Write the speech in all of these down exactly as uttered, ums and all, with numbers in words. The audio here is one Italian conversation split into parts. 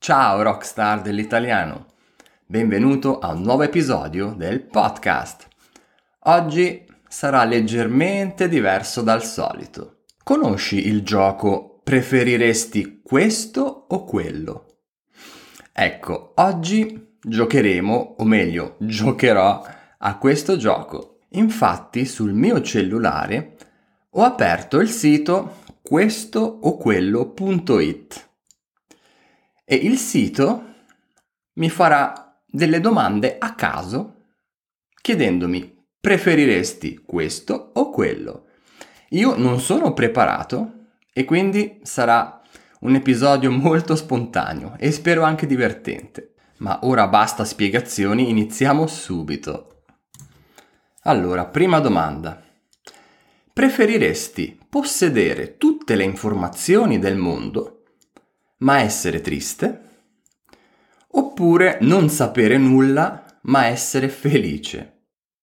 Ciao rockstar dell'italiano, benvenuto a un nuovo episodio del podcast. Oggi sarà leggermente diverso dal solito. Conosci il gioco preferiresti questo o quello? Ecco, oggi giocheremo, o meglio, giocherò a questo gioco. Infatti sul mio cellulare ho aperto il sito questooquello.it e il sito mi farà delle domande a caso chiedendomi preferiresti questo o quello. Io non sono preparato e quindi sarà un episodio molto spontaneo e spero anche divertente. Ma ora basta spiegazioni, iniziamo subito. Allora, prima domanda. Preferiresti possedere tutte le informazioni del mondo ma essere triste? Oppure non sapere nulla ma essere felice?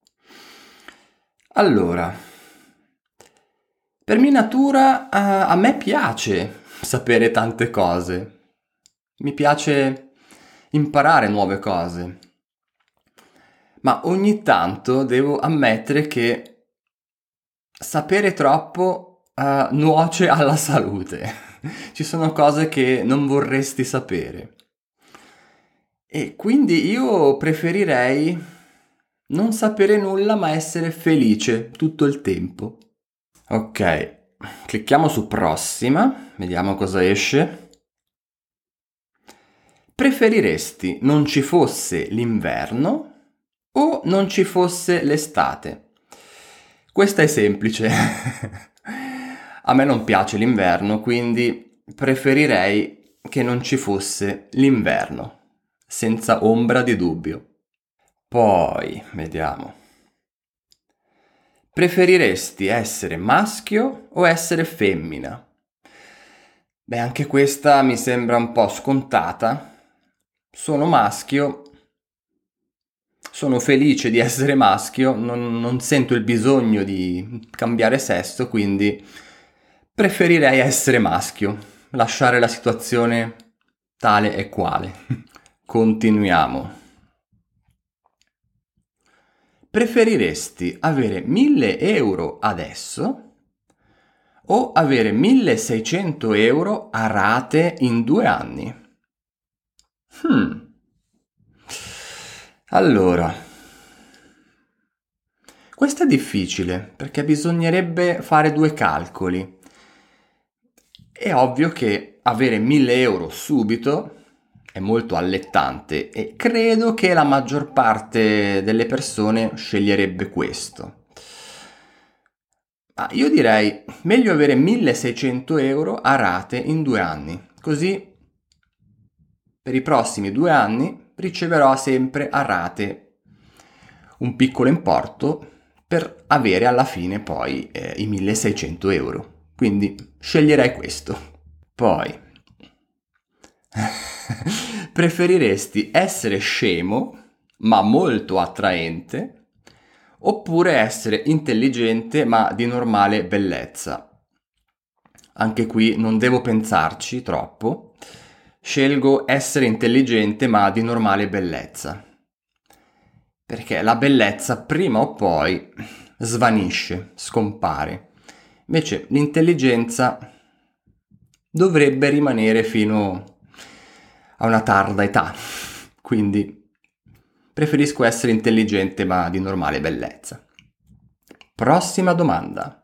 Allora, per mia natura a, a me piace sapere tante cose. Mi piace imparare nuove cose. Ma ogni tanto devo ammettere che sapere troppo uh, nuoce alla salute. Ci sono cose che non vorresti sapere. E quindi io preferirei non sapere nulla ma essere felice tutto il tempo. Ok, clicchiamo su prossima, vediamo cosa esce. Preferiresti non ci fosse l'inverno o non ci fosse l'estate? Questa è semplice. A me non piace l'inverno, quindi preferirei che non ci fosse l'inverno, senza ombra di dubbio. Poi, vediamo. Preferiresti essere maschio o essere femmina? Beh, anche questa mi sembra un po' scontata. Sono maschio, sono felice di essere maschio, non, non sento il bisogno di cambiare sesso, quindi preferirei essere maschio, lasciare la situazione tale e quale. Continuiamo. Preferiresti avere mille euro adesso o avere milleseicento euro a rate in due anni? Hmm. Allora, questo è difficile perché bisognerebbe fare due calcoli. È ovvio che avere mille euro subito è molto allettante e credo che la maggior parte delle persone sceglierebbe questo. Ah, io direi meglio avere milleseicento euro a rate in due anni, così per i prossimi due anni riceverò sempre a rate un piccolo importo per avere alla fine poi eh, i milleseicento euro. Quindi sceglierei questo. Poi, preferiresti essere scemo, ma molto attraente, oppure essere intelligente, ma di normale bellezza? Anche qui non devo pensarci troppo. Scelgo essere intelligente, ma di normale bellezza. Perché la bellezza prima o poi svanisce, scompare. Invece l'intelligenza dovrebbe rimanere fino a una tarda età, quindi preferisco essere intelligente ma di normale bellezza. Prossima domanda.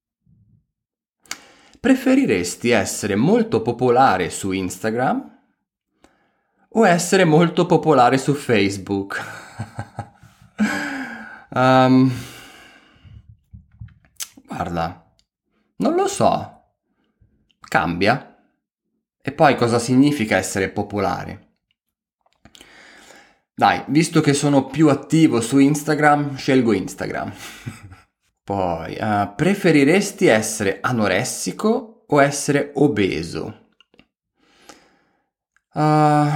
Preferiresti essere molto popolare su Instagram o essere molto popolare su Facebook? um, guarda, non lo so. Cambia. E poi cosa significa essere popolare? Dai, visto che sono più attivo su Instagram, scelgo Instagram. Poi, uh, preferiresti essere anoressico o essere obeso? Uh,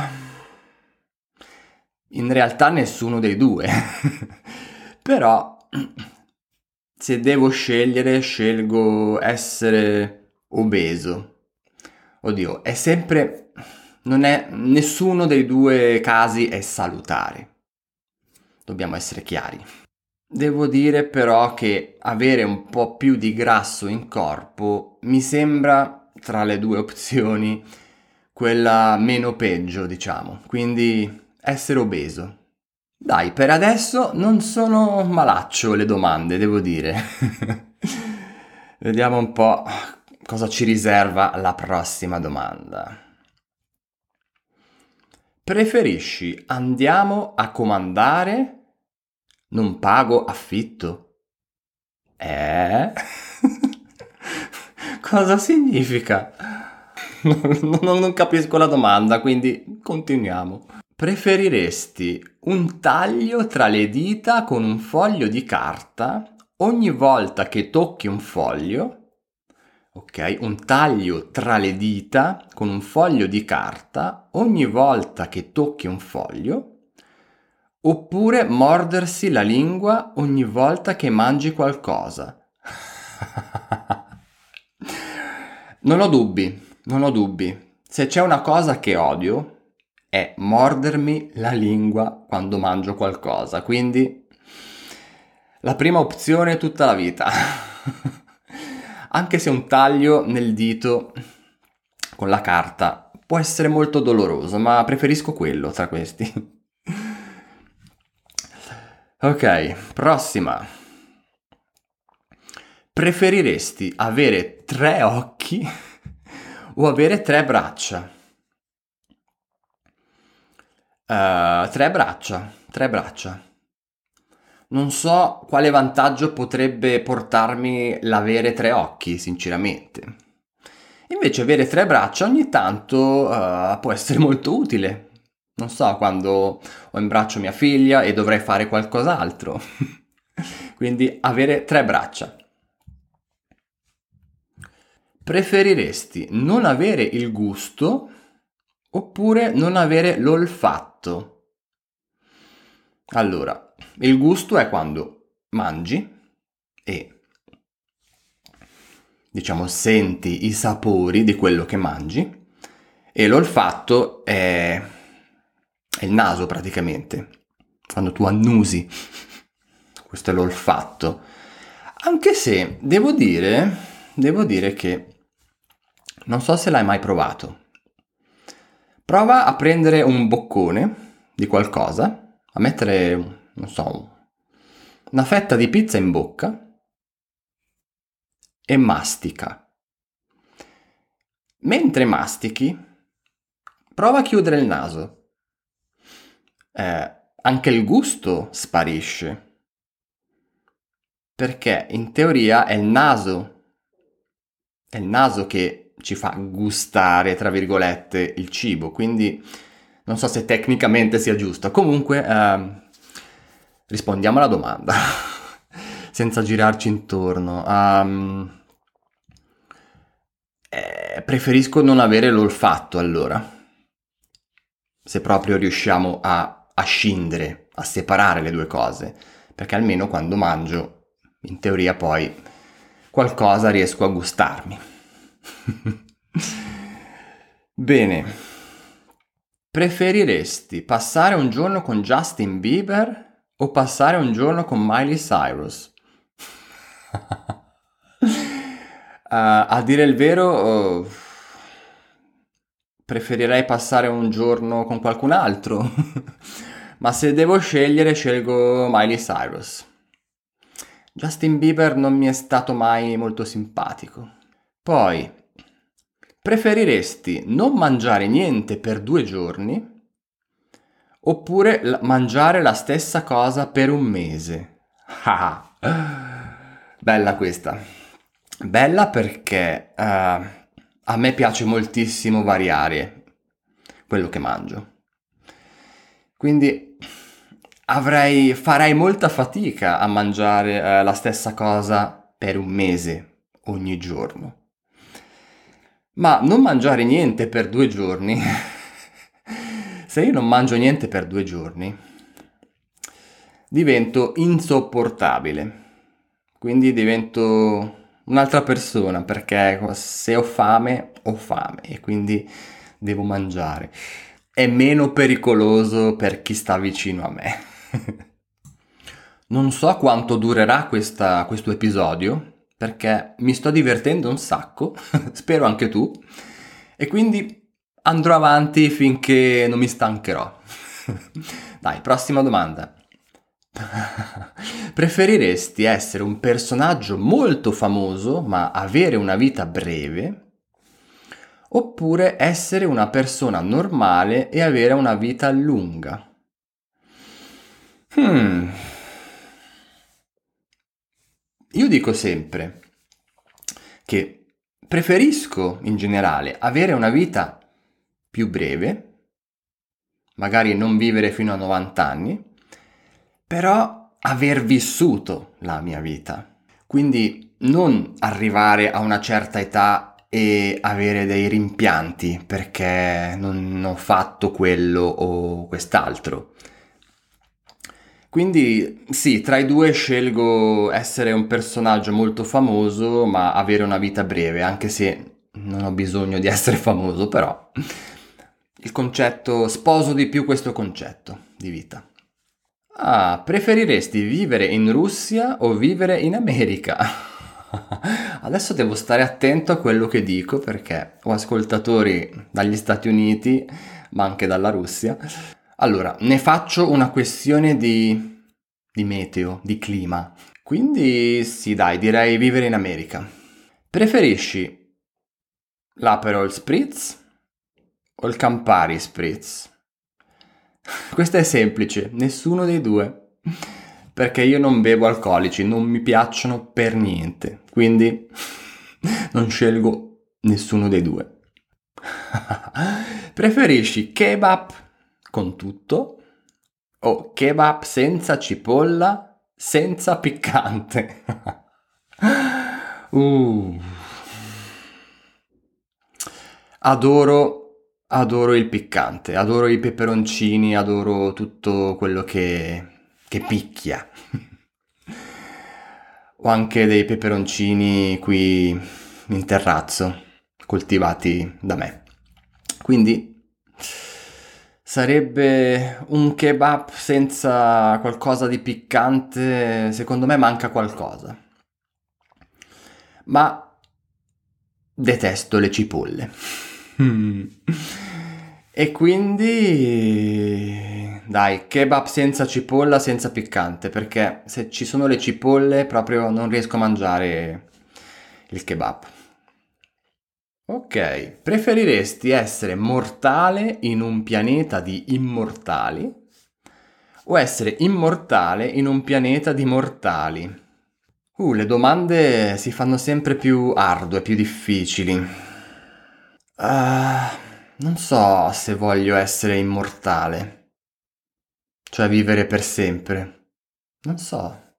in realtà nessuno dei due. Però, se devo scegliere, scelgo essere obeso. Oddio, è sempre... non è, nessuno dei due casi è salutare. Dobbiamo essere chiari. Devo dire però che avere un po' più di grasso in corpo mi sembra, tra le due opzioni, quella meno peggio, diciamo. Quindi essere obeso. Dai, per adesso non sono malaccio le domande, devo dire. Vediamo un po' cosa ci riserva la prossima domanda. Preferisci andiamo a comandare? Non pago affitto? Eh? Cosa significa? Non, non capisco la domanda, quindi continuiamo. Preferiresti un taglio tra le dita con un foglio di carta ogni volta che tocchi un foglio? Ok, un taglio tra le dita con un foglio di carta ogni volta che tocchi un foglio? Oppure mordersi la lingua ogni volta che mangi qualcosa? Non ho dubbi, non ho dubbi. Se c'è una cosa che odio è mordermi la lingua quando mangio qualcosa, quindi la prima opzione tutta la vita. Anche se un taglio nel dito con la carta può essere molto doloroso, ma preferisco quello tra questi. Ok, prossima. Preferiresti avere tre occhi o avere tre braccia? Uh, tre braccia, tre braccia. Non so quale vantaggio potrebbe portarmi l'avere tre occhi, sinceramente. Invece avere tre braccia ogni tanto uh, può essere molto utile. Non so, quando ho in braccio mia figlia e dovrei fare qualcos'altro. Quindi avere tre braccia. Preferiresti non avere il gusto oppure non avere l'olfatto? Allora, il gusto è quando mangi e, diciamo, senti i sapori di quello che mangi, e l'olfatto è, è il naso praticamente, quando tu annusi. Questo è l'olfatto. Anche se devo dire, devo dire che non so se l'hai mai provato. Prova a prendere un boccone di qualcosa, a mettere, non so, una fetta di pizza in bocca e mastica. Mentre mastichi, prova a chiudere il naso. Eh, anche il gusto sparisce. Perché in teoria è il naso, è il naso che ci fa gustare, tra virgolette, il cibo, quindi non so se tecnicamente sia giusto. Comunque, eh, rispondiamo alla domanda, senza girarci intorno. Um, eh, preferisco non avere l'olfatto, allora. Se proprio riusciamo a, a scindere, a separare le due cose, perché almeno quando mangio, in teoria poi qualcosa riesco a gustarmi. Bene, preferiresti passare un giorno con Justin Bieber o passare un giorno con Miley Cyrus? uh, a dire il vero, uh, preferirei passare un giorno con qualcun altro, ma se devo scegliere scelgo Miley Cyrus. Justin Bieber non mi è stato mai molto simpatico. Poi, preferiresti non mangiare niente per due giorni oppure l- mangiare la stessa cosa per un mese? Ah, bella questa. Bella perché uh, a me piace moltissimo variare quello che mangio. Quindi avrei, farei molta fatica a mangiare uh, la stessa cosa per un mese ogni giorno. Ma non mangiare niente per due giorni, se io non mangio niente per due giorni, divento insopportabile. Quindi divento un'altra persona, perché se ho fame, ho fame e quindi devo mangiare. È meno pericoloso per chi sta vicino a me. Non so quanto durerà questa, questo episodio, perché mi sto divertendo un sacco, spero anche tu, e quindi andrò avanti finché non mi stancherò. Dai, prossima domanda. Preferiresti essere un personaggio molto famoso ma avere una vita breve? Oppure essere una persona normale e avere una vita lunga? Hmm. Io dico sempre che preferisco in generale avere una vita più breve, magari non vivere fino a novanta anni, però aver vissuto la mia vita. Quindi non arrivare a una certa età e avere dei rimpianti perché non ho fatto quello o quest'altro. Quindi sì, tra i due scelgo essere un personaggio molto famoso ma avere una vita breve, anche se non ho bisogno di essere famoso, però il concetto, sposo di più questo concetto di vita. Ah, preferiresti vivere in Russia o vivere in America? Adesso devo stare attento a quello che dico perché ho ascoltatori dagli Stati Uniti, ma anche dalla Russia. Allora, ne faccio una questione di, di meteo, di clima. Quindi sì, dai, direi vivere in America. Preferisci l'Aperol Spritz o il Campari Spritz? Questo è semplice, nessuno dei due. Perché io non bevo alcolici, non mi piacciono per niente. Quindi non scelgo nessuno dei due. Preferisci kebab con tutto o kebab senza cipolla, senza piccante? uh. Adoro Adoro il piccante, adoro i peperoncini, adoro tutto quello che, che picchia. Ho anche dei peperoncini qui in terrazzo, coltivati da me. Quindi sarebbe un kebab senza qualcosa di piccante, secondo me manca qualcosa. Ma detesto le cipolle. Mm. E quindi dai, kebab senza cipolla, senza piccante, perché se ci sono le cipolle proprio non riesco a mangiare il kebab. Ok, preferiresti essere mortale in un pianeta di immortali o essere immortale in un pianeta di mortali? Uh, le domande si fanno sempre più ardue, più difficili. Ah, non so se voglio essere immortale, cioè vivere per sempre. Non so.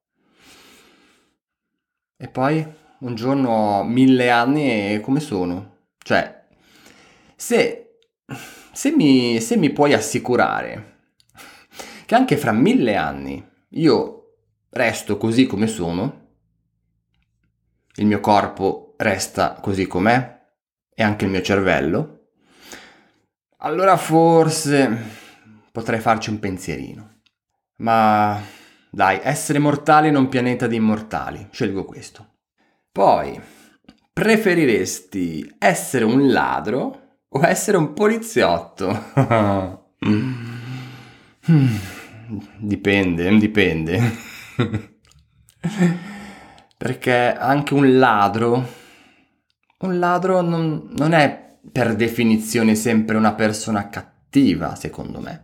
E poi un giorno ho mille anni e come sono? Cioè, se, se mi, se mi puoi assicurare che anche fra mille anni io resto così come sono, il mio corpo resta così com'è e anche il mio cervello, allora forse potrei farci un pensierino. Ma dai, essere mortali in un pianeta di immortali, scelgo questo. Poi, preferiresti essere un ladro o essere un poliziotto? Dipende, dipende. Perché anche un ladro, un ladro non, non è per definizione sempre una persona cattiva, secondo me.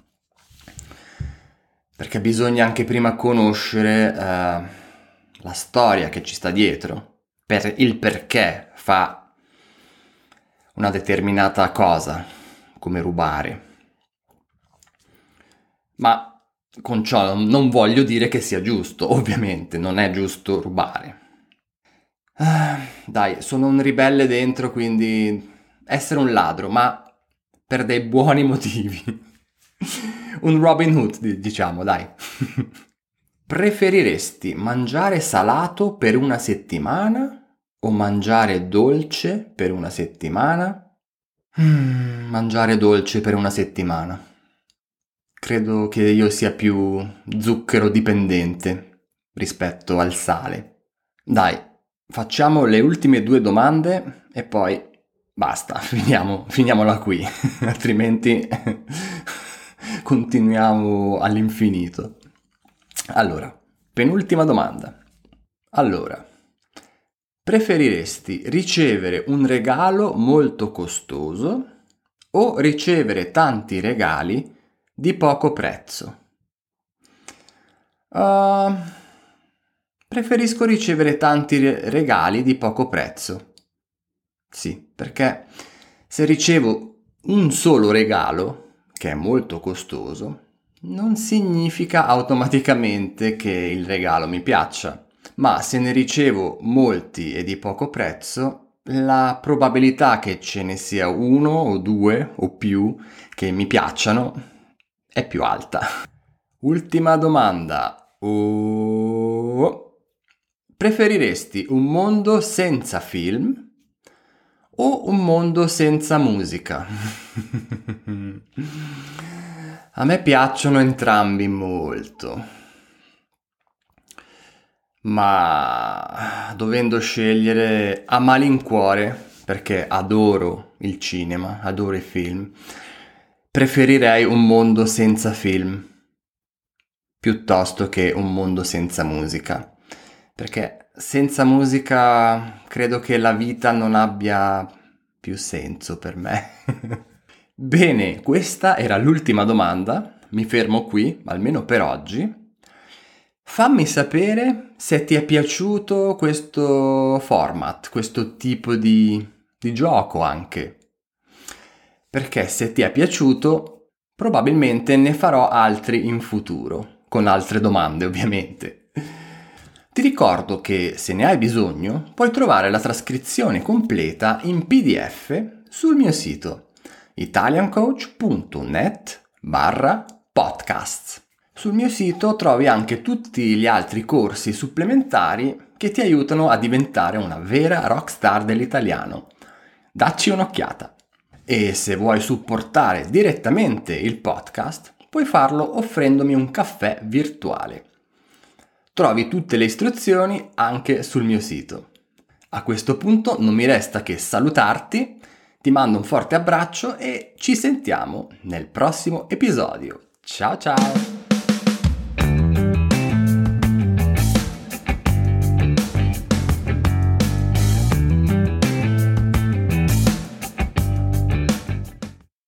Perché bisogna anche prima conoscere eh, la storia che ci sta dietro, per il perché fa una determinata cosa, come rubare. Ma con ciò non voglio dire che sia giusto, ovviamente, non è giusto rubare. Ah, dai, sono un ribelle dentro, quindi essere un ladro, ma per dei buoni motivi. Un Robin Hood, diciamo, dai. Preferiresti mangiare salato per una settimana o mangiare dolce per una settimana? Mm, mangiare dolce per una settimana. Credo che io sia più zucchero dipendente rispetto al sale. Dai, facciamo le ultime due domande e poi basta, finiamo, finiamola qui, altrimenti continuiamo all'infinito. Allora, penultima domanda. Allora, preferiresti ricevere un regalo molto costoso o ricevere tanti regali di poco prezzo? Uh, preferisco ricevere tanti re- regali di poco prezzo. Sì, perché se ricevo un solo regalo, che è molto costoso, non significa automaticamente che il regalo mi piaccia, ma se ne ricevo molti e di poco prezzo, la probabilità che ce ne sia uno o due o più che mi piacciono è più alta. Ultima domanda. Oh. Preferiresti un mondo senza film o un mondo senza musica? A me piacciono entrambi molto, ma dovendo scegliere a malincuore, perché adoro il cinema, adoro i film, preferirei un mondo senza film piuttosto che un mondo senza musica, perché senza musica credo che la vita non abbia più senso per me. Bene, questa era l'ultima domanda, mi fermo qui, almeno per oggi. Fammi sapere se ti è piaciuto questo format, questo tipo di, di gioco anche. Perché se ti è piaciuto, probabilmente ne farò altri in futuro, con altre domande ovviamente. Ti ricordo che se ne hai bisogno, puoi trovare la trascrizione completa in P D F sul mio sito italiancoach.net barra podcasts. Sul mio sito trovi anche tutti gli altri corsi supplementari che ti aiutano a diventare una vera rockstar dell'italiano. Dacci un'occhiata. E se vuoi supportare direttamente il podcast, puoi farlo offrendomi un caffè virtuale. Trovi tutte le istruzioni anche sul mio sito. A questo punto non mi resta che salutarti, ti mando un forte abbraccio e ci sentiamo nel prossimo episodio. Ciao ciao!